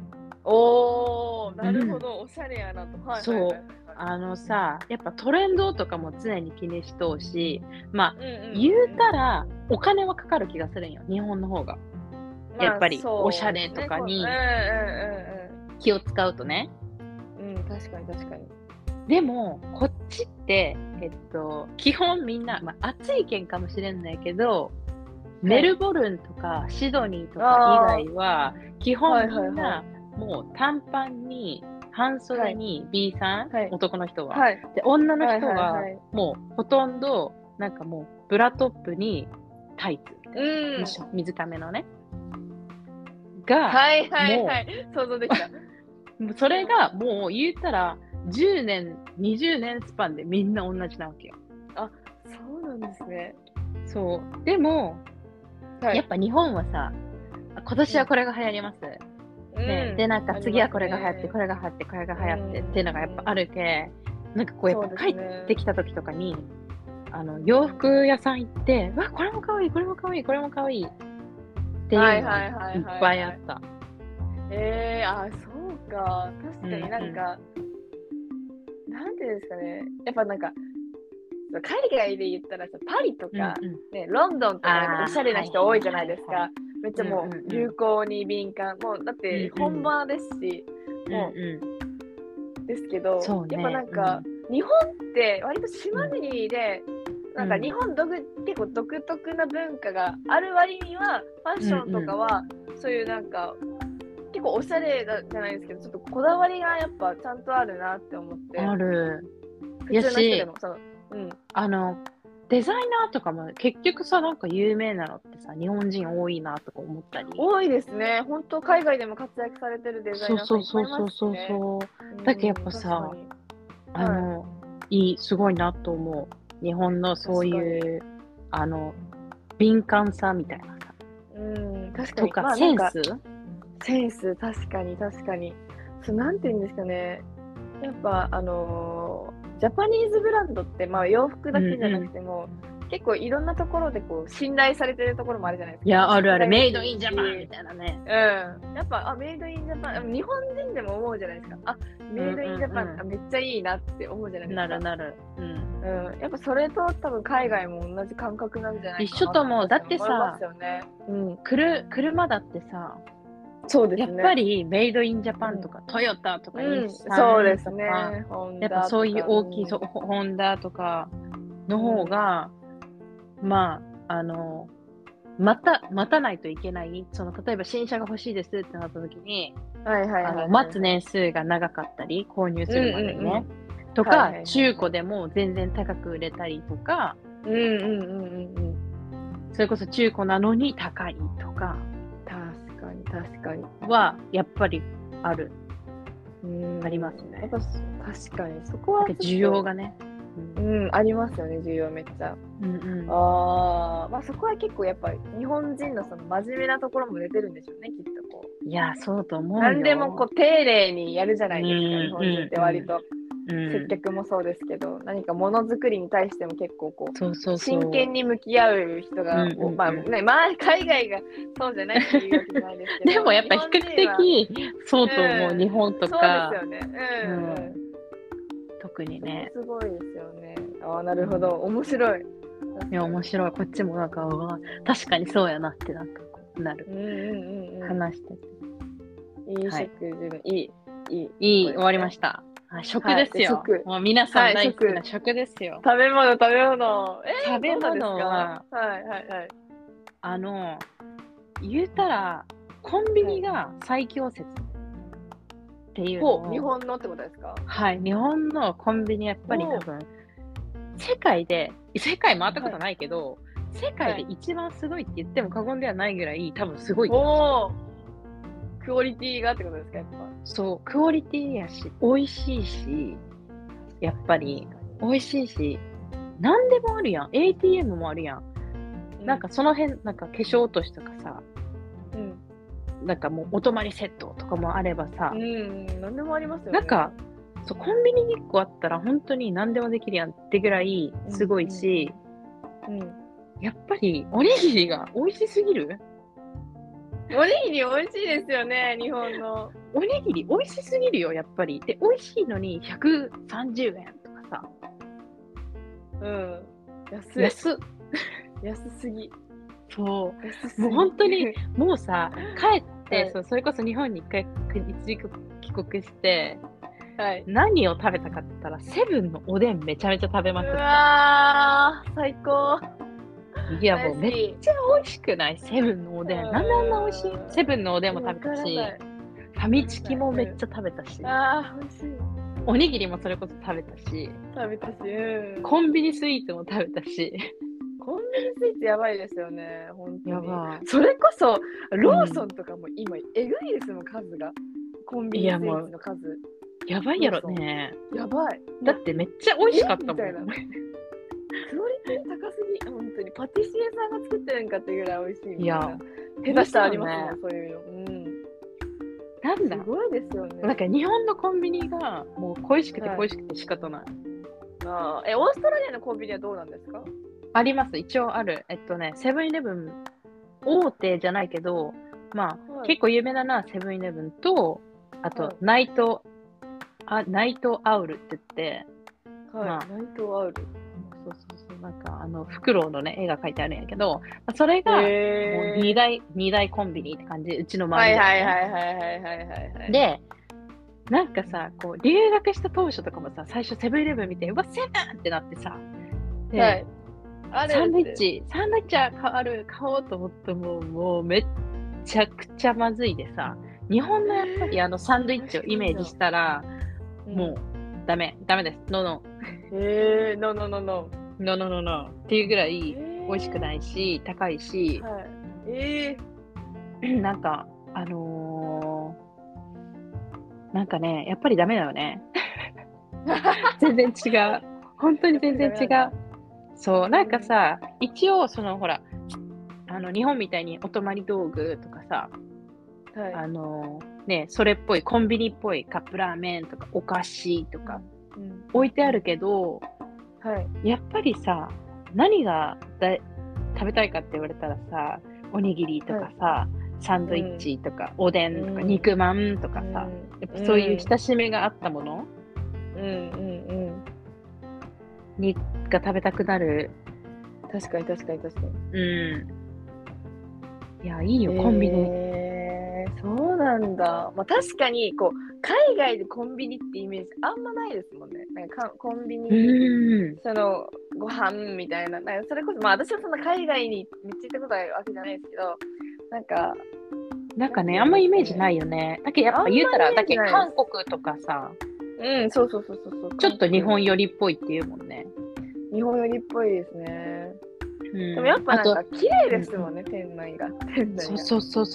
なるほど、おしゃれやなと。 そう。やっぱトレンドとかも常に気にしとうし、言うたらお金はかかる気がするんよ、日本の方が。やっぱりおしゃれとかに気を使うとね。 確かに。 でも、こっちって、基本みんな、暑い県かもしれんないけど、メルボルンとかシドニーとか以外は、基本みんな、もう短パンに、半袖に B さん、男の人は、で女の人はもうほとんどなんかもうブラトップにタイツみたいな、水ためのねが、 想像できたそれがもう言ったら10年20年スパンでみんな同じなわけよ。 そうなんですね。 そうでも、やっぱ日本はさ、今年はこれが流行ります、でなんか次はこれが流行って、これが流行って、これが流行ってっていうのがやっぱあるけ、なんかこうやっぱ帰ってきた時とかに、洋服屋さん行って、これも可愛い、これも可愛い、これも可愛いっていうのがいっぱいあった。 そうか。確かになんか、なんていうんですかね、やっぱなんか海外で言ったらさ、パリとか、ロンドンとかおしゃれな人多いじゃないですか。めっちゃもう流行に敏感、もうだって本場ですし、もうですけど、やっぱなんか日本って割と島国で、なんか日本結構独特な文化がある割には、ファッションとかはそういうなんか結構おしゃれじゃないですけど、ちょっとこだわりがやっぱちゃんとあるなって思って。 ある。 普通の人でもデザイナーとかも結局さ、なんか有名なのってさ、日本人多いなとか思ったり。 多いですね。本当海外でも活躍されてるデザイナーさんいっぱいいますしね。 だけどやっぱさ、 すごいなと思う。日本のそういう、敏感さみたいなさ。 確かに。 とか、センス、 確かに。なんて言うんですかね。やっぱ、ジャパニーズブランドって、洋服だけじゃなくても、結構いろんなところでこう信頼されてるところもあるじゃないですか。 いや、あるある。メイドインジャパンみたいなね。 やっぱ、メイドインジャパン、日本人でも思うじゃないですか。メイドインジャパン、めっちゃいいなって思うじゃないですか。 なる。 やっぱそれと多分海外も同じ感覚なんじゃないかな。 一緒と思う。だってさ、車だってさ、 そうですね。 やっぱりメイドインジャパンとか、トヨタとか、日産とか、 そうですね。 やっぱそういう大きい、ホンダとかの方が、待たないといけない。例えば新車が欲しいですってなった時に、待つ年数が長かったり、購入するまでにね。とか、中古でも全然高く売れたりとか、それこそ中古なのに高いとか、 確かに。 は、やっぱりありますね。 やっぱ確かに、そこは。 需要がね。 ありますよね、需要めっちゃ。そこは結構やっぱり日本人のその真面目なところも出てるんでしょうね、きっとこう。 いや、そうと思うよ。 何でもこう丁寧にやるじゃないですか、日本人って割と。接客もそうですけど、何かものづくりに対しても結構こう真剣に向き合う人が、海外がそうじゃないっていうわけじゃないですけど。 でもやっぱ比較的そうと思う、日本とか。 そうですよね。 特にね。 すごいですよね。なるほど。面白い。 いや、面白い。こっちもなんか、確かにそうやなってなる。話してて。 いい食事、いい、終わりました。食ですよ。もう皆さん大好きな食ですよ。 食べ物。 食べ物は、言うたら、コンビニが最強説っていうのを。 日本のってことですか？ はい、日本のコンビニやっぱり多分、世界回ったことないけど、世界で一番すごいって言っても過言ではないぐらい、多分すごい。 クオリティがってことですか、やっぱ。 そう、クオリティやし、美味しいし、やっぱり美味しいし、何でもあるやん。ATM もあるやん。なんかその辺、なんか化粧落としとかさ、なんかもうお泊まりセットとかもあればさ、 何でもありますよね。 なんか、そう、コンビニに1個あったら本当に何でもできるやんってぐらいすごいし、やっぱりおにぎりが美味しすぎる。 おにぎり美味しいですよね、日本の。 おにぎり美味しすぎるよ、やっぱり。で、美味しいのに130円とかさ。 安すぎ。 そう。もう本当に、もうさ、帰って、それこそ日本に一回一時帰国して、何を食べたかって言ったら、セブンのおでんめちゃめちゃ食べまくった。 うわー、最高。 いや、もうめっちゃ美味しくない？セブンのおでん。なんであんな美味しい？セブンのおでんも食べたし、ファミチキもめっちゃ食べたし、 美味しい。 おにぎりもそれこそ食べたし、コンビニスイーツも食べたし。 コンビニスイーツやばいですよね、本当に。やばい。それこそ、ローソンとかも今、えぐいですもん、数が。コンビニスイーツの数。 やばいやろね。 やばい。 だってめっちゃ美味しかったもん。クオリティ高すぎ、本当に。パティシエさんが作ってるんかっていうぐらい美味しいみたいな。下手したらありますね、そういうの。 なんだ、 すごいですよね。 なんか日本のコンビニがもう恋しくて恋しくて仕方ない。 オーストラリアのコンビニはどうなんですか？ あります、一応ある。セブンイレブン、大手じゃないけど、結構有名なのはセブンイレブンと、あと、ナイトアウルって言って、 ナイトアウル。 そう、なんかフクロウのね、絵が描いてあるんやけど、それがもう2大コンビニって感じ、うちの周りで。で、なんかさ、こう留学した当初とかもさ、最初セブンイレブン見て、うわ、セブンってなってさ、で、サンドイッチ買おうと思ってもうめっちゃくちゃまずいでさ、日本のやっぱりサンドイッチをイメージしたら、もうダメです。ノーっていうぐらい美味しくないし、高いし、なんかなんかね、やっぱりダメだよね。全然違う。 本当に全然違う。そう、なんかさ、一応、ほら、日本みたいにお泊まり道具とかさ、ね、それっぽい、コンビニっぽいカップラーメンとか、お菓子とか、置いてあるけど、やっぱりさ、何が食べたいかって言われたらさ、おにぎりとかさ、サンドイッチとか、おでんとか、肉まんとかさ、やっぱそういう親しみがあったものが食べたくなる。 確かに。 いや、いいよ、コンビニ。 そうなんだ。まあ、確かにこう海外でコンビニってイメージあんまないですもんね。なんかコンビニご飯みたいな。なんかそれこそ私はそんな海外にめっちゃ行ったことあるわけじゃないですけど、なんかね、あんまイメージないよね。だけどやっぱ言うたら、だけ韓国とかさ、 そう。 ちょっと日本寄りっぽいっていうもんね。 日本寄りっぽいですね。でもやっぱなんか綺麗ですもんね、店内が。 そう。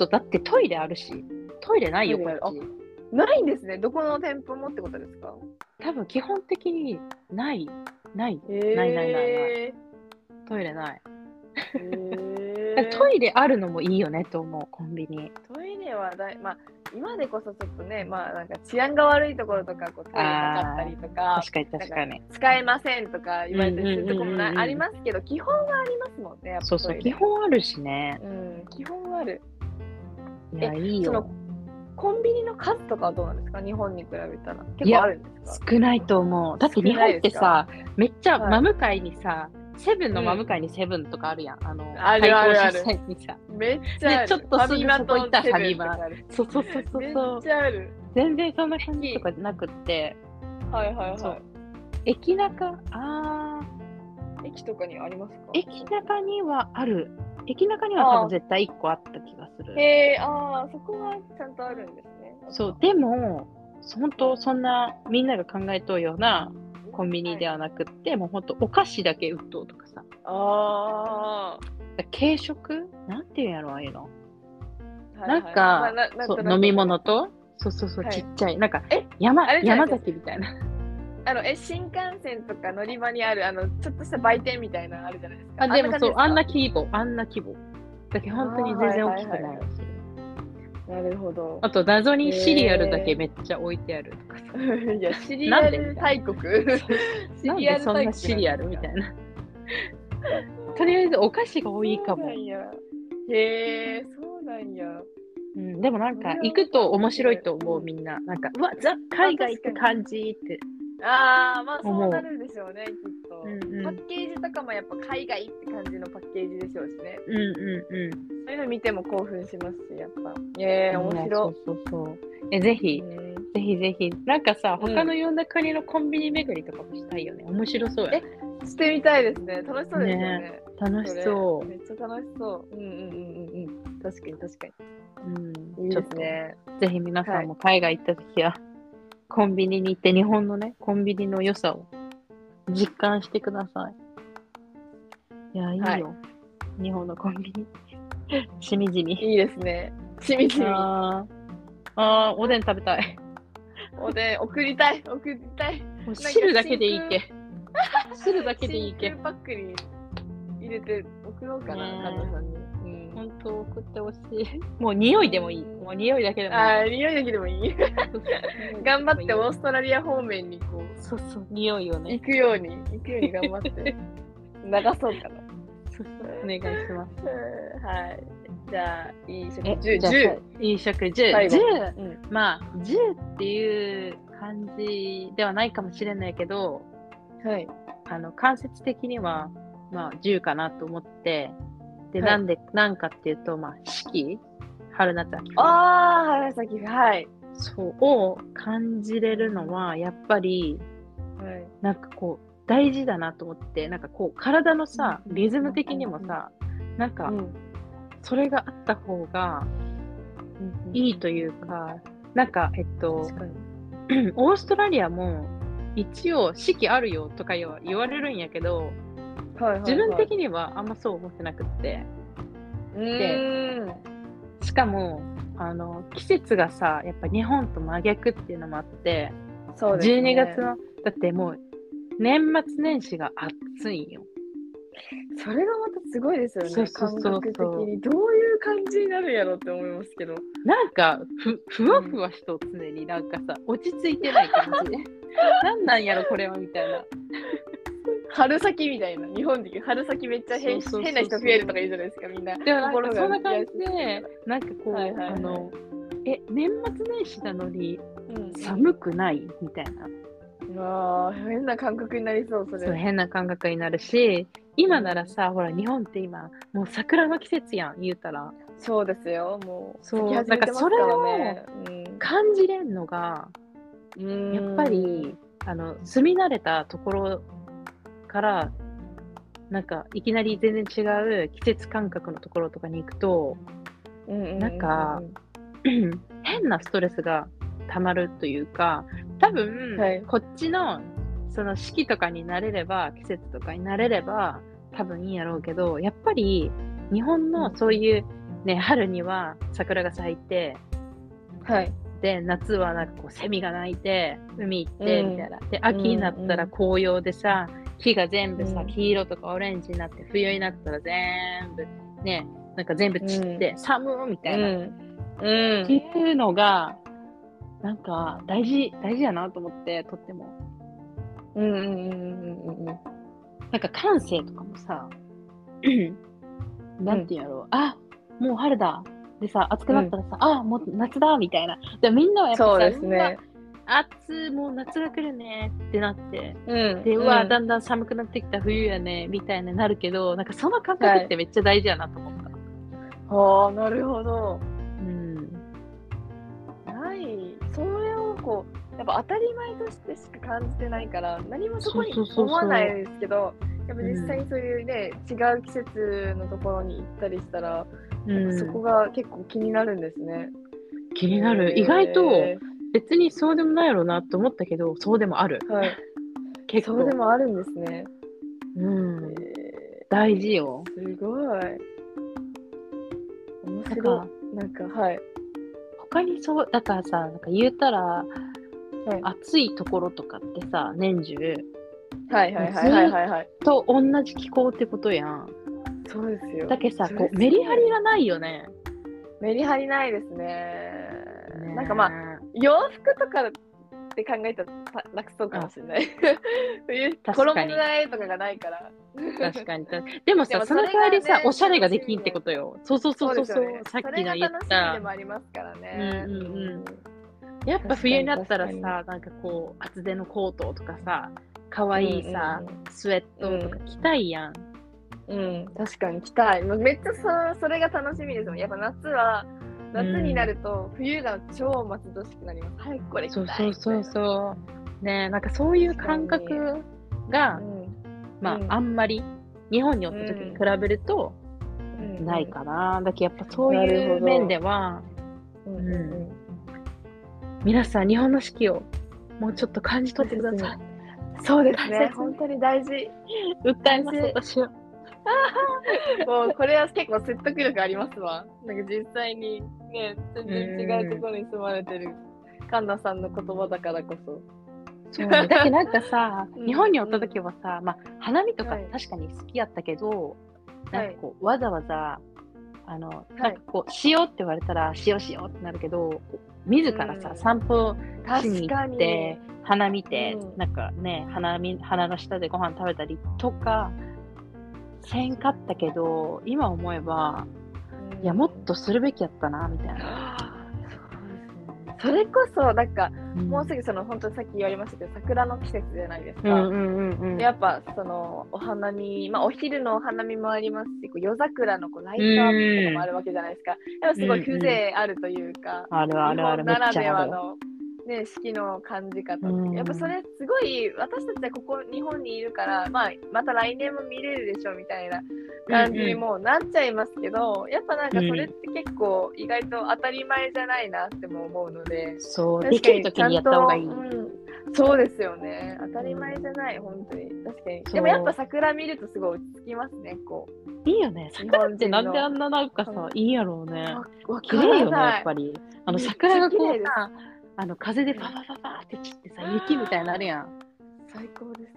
だってトイレあるし。トイレないよ、こっち。 ないんですね。どこの店舗もってことですか？ 多分基本的にない。ない。トイレない。トイレあるのもいいよねと思う、コンビニ。 トイレはまあ今でこそちょっとね、まあなんか治安が悪いところとかトイレなかったりとか、 確かに使えませんとか言われたりするとこもありますけど、基本はありますもんね。やっぱそう、基本あるしね。 基本ある。 いや、いいよ。 コンビニの数とかはどうなんですか？日本に比べたら結構あるんですか？ 少ないと思う。だって日本ってさ、めっちゃ真向かいにさ、セブンの真向かいにセブンとかあるやん。 ある。めっちゃある。 ちょっとすぐそこ行ったらファミマ。そう。 めっちゃある。 全然そんな感じとかなくって。駅中駅とかにありますか？ 駅中にはある。駅中には多分絶対1個あった気がする。 そこはちゃんとあるんですね。 そう、でも、本当そんなみんなが考えとうようなコンビニではなくって、もう本当お菓子だけ売っとうとかさ。軽食なんていうんやろ、ああいうの。なんか、飲み物と、そう、ちっちゃい。なんか、山崎みたいな。 新幹線とか乗り場にある、ちょっとした売店みたいなのあるじゃないですか。 でもそう、あんな規模。だけど本当に全然大きくないし。 なるほど。 あと、謎にシリアルだけめっちゃ置いてあるとかさ。 いや、シリアル大国。 なんでそんなシリアルみたいな。とりあえずお菓子が多いかも。 そうなんや。 でもなんか行くと面白いと思う、みんな。なんか、うわ、ザ・海外って感じって。 まあそうなるでしょうね、きっと。パッケージとかもやっぱ海外って感じのパッケージでしょうしね。そういうの見ても興奮しますし、やっぱ。面白い。 そう。ぜひ。なんかさ、他のいろんな国のコンビニ巡りとかもしたいよね。面白そうやね。 してみたいですね。楽しそうですよね。 楽しそう。 めっちゃ楽しそう。確かに。いいですね。 ぜひ皆さんも海外行った時は、コンビニに行って日本のね、コンビニの良さを実感してください。いや、いいよ。日本のコンビニ。しみじみ。 いいですね。しみじみ。 おでん食べたい。 おでん送りたい。 汁だけでいいけ。汁だけでいいけ。 真空パックに入れて送ろうかな、神田さんに。 本当送ってほしい。もう匂いでもいい。もう匂いだけでもいい。 匂いだけでもいい。頑張ってオーストラリア方面にこう。 そう、匂いをね。 行くように頑張って流そうかな。 お願いします。 じゃあ、飲食10。 飲食10。まあ、10っていう感じではないかもしれないけど、間接的には、まあ、10かなと思って、で、なんかっていうと、まあ、四季春夏秋冬。 春夏秋冬、 そうを感じれるのは、やっぱり、なんかこう、大事だなと思って、なんかこう、体のさ、リズム的にもさ、なんか、それがあった方がいいというか、なんか、オーストラリアも一応四季あるよとか言われるんやけど、自分的にはあんまそう思ってなくって。で、しかも、季節がさ、やっぱ日本と真逆っていうのもあって、12月の、だってもう、 年末年始が暑いんよ。 それがまたすごいですよね。 そうそうそうそう感覚的にどういう感じになるんやろって思いますけど。 なんかふわふわしと常になんかさ、落ち着いてない感じ。なんなんやろこれはみたいな。 春先みたいな。日本で言う春先めっちゃ変な人増えるとか言うじゃないですか、みんな。 でもなんかそんな感じ心がで、なんかこう、 はいはいはい年末年始なのに寒くないみたいな。 うわー、変な感覚になりそう、それ。 そう変な感覚になるし、今ならさ、ほら日本って今もう桜の季節やん言うたら。 そうですよ、もう。 そう咲き始めてますそれをからね。 感じれんのが、やっぱり住み慣れたところからなんかいきなり全然違う季節感覚のところとかに行くと、なんか変なストレスがたまるというか、多分、 はいこっちのその四季とかになれれば、季節とかになれれば多分いいんやろうけど、やっぱり日本のそういうね、春には桜が咲いて、 はい。 で夏はなんかこうセミが鳴いて海行ってみたいな、で秋になったら紅葉でさ、木が全部さ、黄色とかオレンジになって、冬になったら全部ね、なんか全部散って、寒ーみたいな、っていうのがなんか大事やなと思って、とっても。なんか感性とかもさ、なんていうんやろう、あ、もう春だ。でさ、暑くなったらさ、あ、もう夏だみたいな。でみんなはやっぱさ、 そうですね。 もう夏が来るねってなって、 で、 で、だんだん寒くなってきた冬やねみたいになるけど、なんかその感覚ってめっちゃ大事やなと思った。 はあ、なるほど。それをこう、やっぱ当たり前としてしか感じてないから、何もそこに思わないですけど、やっぱ実際にそういうね、違う季節のところに行ったりしたら、そこが結構気になるんですね。 気になる。意外と別にそうでもないやろうなと思ったけど、そうでもある。 はい。結構。そうでもあるんですね。 大事よ。 すごい。面白い。なんか、はい。 他にだからさ、なんか言うたら、暑いところとかってさ、年中、と同じ気候ってことやん。 そうですよ。 だけさ、こうメリハリがないよね。 メリハリないですね。なんかまあ、洋服とかって考えたら楽そうかもしれない。衣替えとかがないから。 確かに。でもさ、その代わりさ、おしゃれができんってことよ。そう。さっきの言った。 それが楽しみでもありますからね。 やっぱ冬になったらさ、なんかこう、厚手のコートとかさ、かわいいさ、スウェットとか着たいやん。 確かに着たい。めっちゃそれが楽しみですもん。やっぱ夏になると冬が超待ち遠しくなります。早くこれ着たい。 そうね、なんかそういう感覚が、まああんまり日本におった時に比べるとないかな。だけどやっぱそういう面では、皆さん日本の四季をもうちょっと感じ取ってください。 そうですね。本当に大事。 訴えます、私は。 もうこれは結構説得力ありますわ。なんか実際にね、全然違うところに住まれてる神田さんの言葉だからこそ。 そうだけどなんかさ、日本におった時はさ、まあ花見とか確かに好きやったけど、なんかこうわざわざなんかこうしようって言われたらしようってなるけど、自らさ、散歩しに行って花見て、なんかね、花の下でご飯食べたりとかせんかったけど、今思えば、いやもっとするべきやったなみたいな。 それこそなんか、もうすぐ本当にさっき言われましたけど、桜の季節じゃないですか。やっぱお花見、まあお昼のお花見もありますし、夜桜のライトアップとかもあるわけじゃないですか。やっぱすごい風情あるというか、 ある日本ならではのね、四季の感じ方、やっぱそれすごい私たちはここ日本にいるから、また来年も見れるでしょみたいな感じにもうなっちゃいますけど、やっぱなんかそれって結構意外と当たり前じゃないなっても思うので、 そうできる時にやった方がいい。 そうですよね。当たり前じゃない、本当に。確かに。でもやっぱ桜見るとすごい落ち着きますね、こう。いいよね。桜ってなんであんななんかさ、いいやろうね。綺麗よね、やっぱり。桜がこうさ、風でパパパパって散ってさ、雪みたいになるやん。 最高ですね。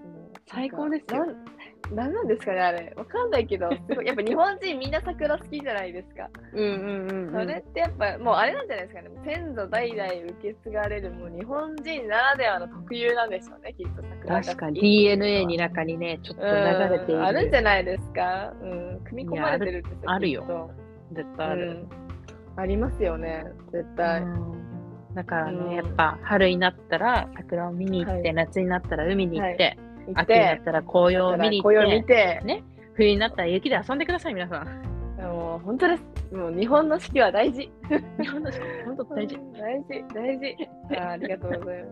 最高ですよ。 なんなんですかね、あれ。わかんないけど、すごい。やっぱ日本人みんな桜好きじゃないですか。それってやっぱ、もうあれなんじゃないですかね。先祖代々受け継がれる、もう日本人ならではの特有なんでしょうね、きっと桜が好き。 確かに DNA に中にね、ちょっと流れている。 あるんじゃないですか。組み込まれてるってあるよ。絶対ある。 ありますよね、絶対。 だからね、やっぱ春になったら桜を見に行って、夏になったら海に行って、秋になったら紅葉を見に行って、ね、冬になったら雪で遊んでください、皆さん。 もう本当です。もう日本の四季は大事。 日本の四季、本当大事。 大事。ありがとうございます。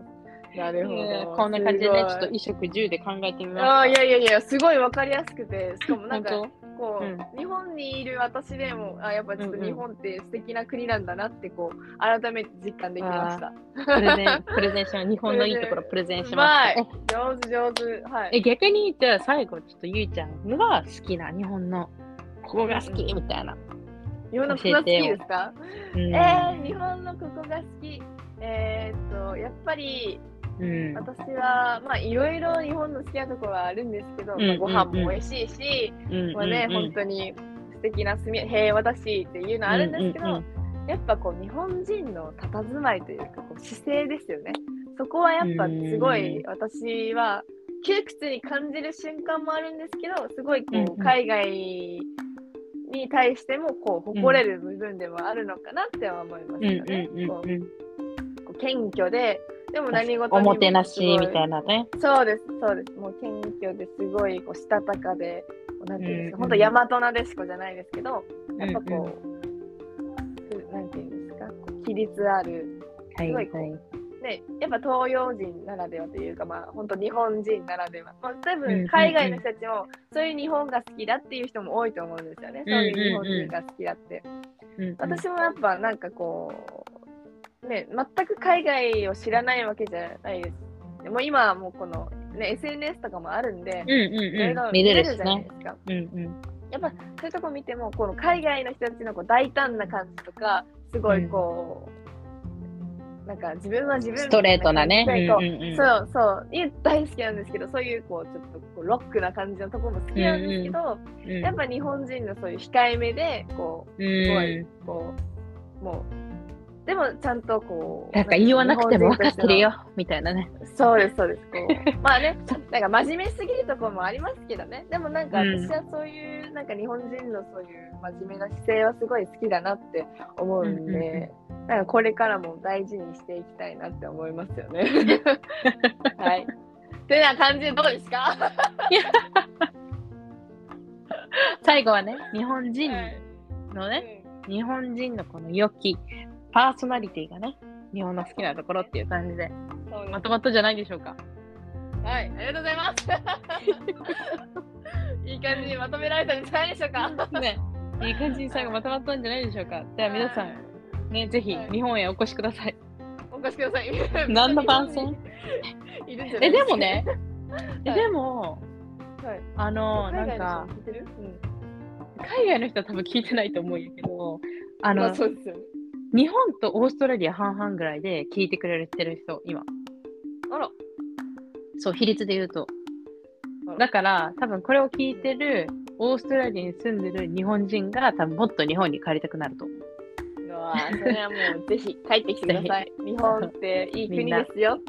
なるほど。 こんな感じでね、ちょっと衣食住で考えてみました。 いや、すごいわかりやすくて、しかもなんか、こう、日本にいる私でも、やっぱちょっと日本って素敵な国なんだなって、こう、改めて実感できました。 プレゼンしよう。日本のいいところプレゼンしました。上手。はい。 逆に言ったら最後、ちょっとゆいちゃんが好きな日本の、ここが好きみたいな。 日本のここが好きですか？日本のここが好き。やっぱり、私は、まあ、いろいろ日本の好きなところはあるんですけど、ご飯も美味しいし、本当に素敵な平和だしっていうのあるんですけど、やっぱこう、日本人の佇まいというか、こう姿勢ですよね。そこはやっぱすごい、私は窮屈に感じる瞬間もあるんですけど、すごいこう、海外に対してもこう誇れる部分でもあるのかなっては思いますよね。謙虚で、でも何事にもおもてなしみたいなね。 そうです。もう謙虚ですごいこうしたたかで、なんていうんですか、本当大和なでしこじゃないですけど、やっぱこう、なんていうんですか、こう規律ある、すごいこう、ね、やっぱ東洋人ならではというか、まあ本当日本人ならでは、まあ多分海外の人たちもそういう日本が好きだっていう人も多いと思うんですよね。そういう日本人が好きだって。私もやっぱなんかこう、ね、全く海外を知らないわけじゃないです。でも今はもうこの、ね、SNS とかもあるんで、 見れるじゃないですか。やっぱそういうとこ見ても、この海外の人たちのこう大胆な感じとか、すごいこう、なんか自分は自分ストレートなね。 そう大好きなんですけど、そういうこうちょっとこうロックな感じのところも好きなんですけど、やっぱ日本人のそういう控えめで、こう、すごい、こう、もう、でもちゃんとこうなんか言わなくても分かってるよみたいなね。 そうですこうまあね、なんか真面目すぎるところもありますけどね。でもなんか私はそういうなんか日本人のそういう真面目な姿勢はすごい好きだなって思うんで、なんかこれからも大事にしていきたいなって思いますよね。はい。てな感じでどうですか？ 最後はね、日本人のね、日本人のこの良きパーソナリティがね、日本の好きなところっていう感じで、まとまったじゃないでしょうか。 はい、ありがとうございます。いい感じにまとめられたんじゃないでしょうか。 ね、いい感じに最後まとまったんじゃないでしょうか。では皆さん、ね、ぜひ日本へお越しください。 お越しください。 何の番宣？ いるんじゃないでもね、でも、なんか、海外の人は多分聞いてないと思うんやけど、 そうですよね。 日本とオーストラリア半々ぐらいで聞いてくれてる人、今。 あら。 そう、比率で言うと。だから、多分これを聞いてるオーストラリアに住んでる日本人が多分もっと日本に帰りたくなると思う。 それはもうぜひ帰ってきてください。日本っていい国ですよって。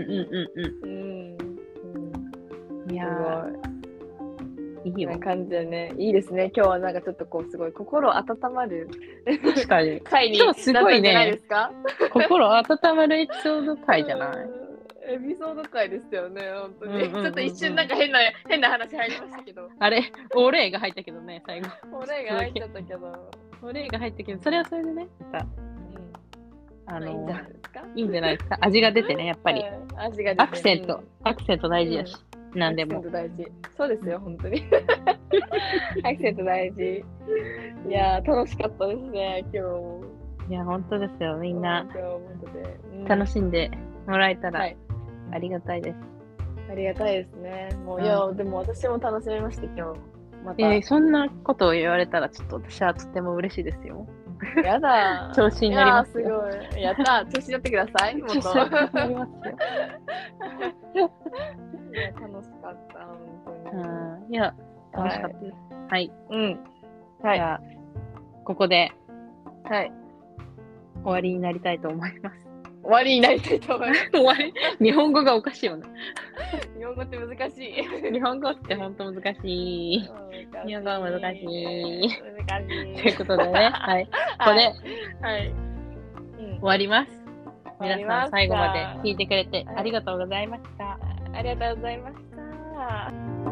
いやー、いいよ。 な感じでね、いいですね。今日はなんかちょっとこうすごい心温まる確かに回になったんじゃないですか？ 心温まるエピソード回じゃない？ エピソード回ですよね、本当に。ちょっと一瞬なんか変な話入りましたけど。 あれ、お礼が入ったけどね、最後。 お礼が入っちゃったけど。 お礼が入ったけど、それはそれでね、また。 いいんじゃないですか？ いいんじゃないですか？味が出てね、やっぱり。 味が出て。 アクセント大事やし。なんでも。 アクセント大事。そうですよ、本当に。アクセント大事。いやー、楽しかったですね、今日。 いや、本当ですよ。みんな楽しんでもらえたらありがたいです。 ありがたいですね。もう、いや、でも私も楽しみました、今日。またそんなことを言われたら、ちょっと私はとても嬉しいですよ。 やだ。 調子になりますよ。 いや、すごい。やった。調子に乗ってください。もっと。 調子になりますよ。 いや、楽しかった、本当に。 いや、楽しかったです。はい。 うん。はい。 じゃあ、ここで、 はい。 終わりになりたいと思います。 終わりになりたいと思います。 終わり日本語がおかしいよね。 日本語って難しい。 日本語って本当難しい。日本語は難しい。 難しい。 ということでね、はい。ここで、 はい。 終わります。皆さん最後まで聞いてくれてありがとうございました。 ありがとうございました。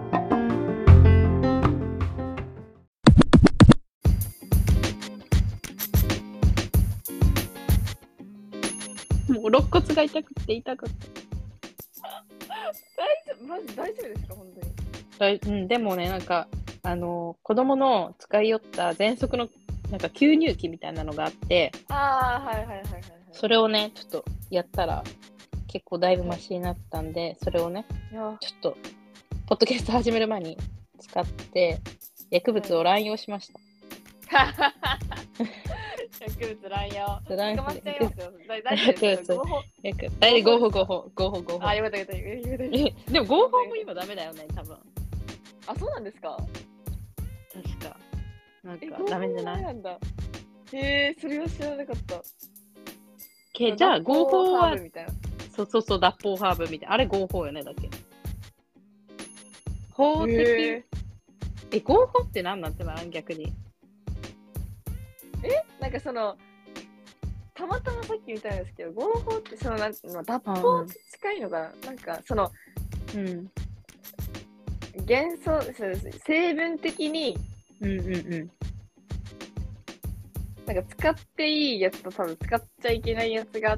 もう肋骨が痛くて痛くて。 マジ大丈夫ですか、本当に。でもね、なんか、子供の使いよった喘息のなんか吸入器みたいなのがあって、 はいはいはいはい。 それをね、ちょっとやったら結構だいぶマシになったんで、それをね、ちょっと、ポッドキャスト始める前に使って、薬物を乱用しました。 薬物乱用。 乱用。 捕まっちゃいますよ。大丈夫。 合法。 あ、よかったよかった。 でも合法も今ダメだよね、多分。 あ、そうなんですか？ 確か。なんかダメじゃない？ それは知らなかった。 じゃあ合法は、そう、脱法ハーブみたいな。あれ合法よね、だけ。法的。合法って何なんてならん、逆に。 なんかその、たまたまさっき見たんですけど、合法ってその、脱法って近いのかな、なんかその、幻想、成分的に、なんか使っていいやつと多分使っちゃいけないやつがあって、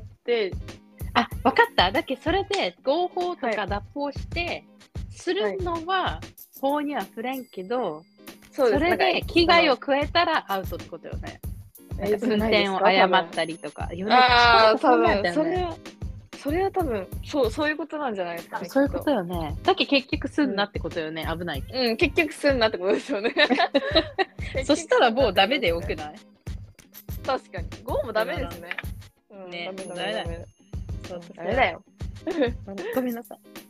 あ、わかった。だけどそれで合法とか脱法して、するのは法には触れんけど、それで危害を加えたらアウトってことよね。運転を誤ったりとか。 多分それは多分そういうことなんじゃないですかね。 そういうことよね。だけど結局すんなってことよね。危ない。 結局すんなってことですよね。 そしたらもうダメでよくない？ 確かに。GO もダメですね。 ダメだよ。 ダメだよ。 ごめんなさい。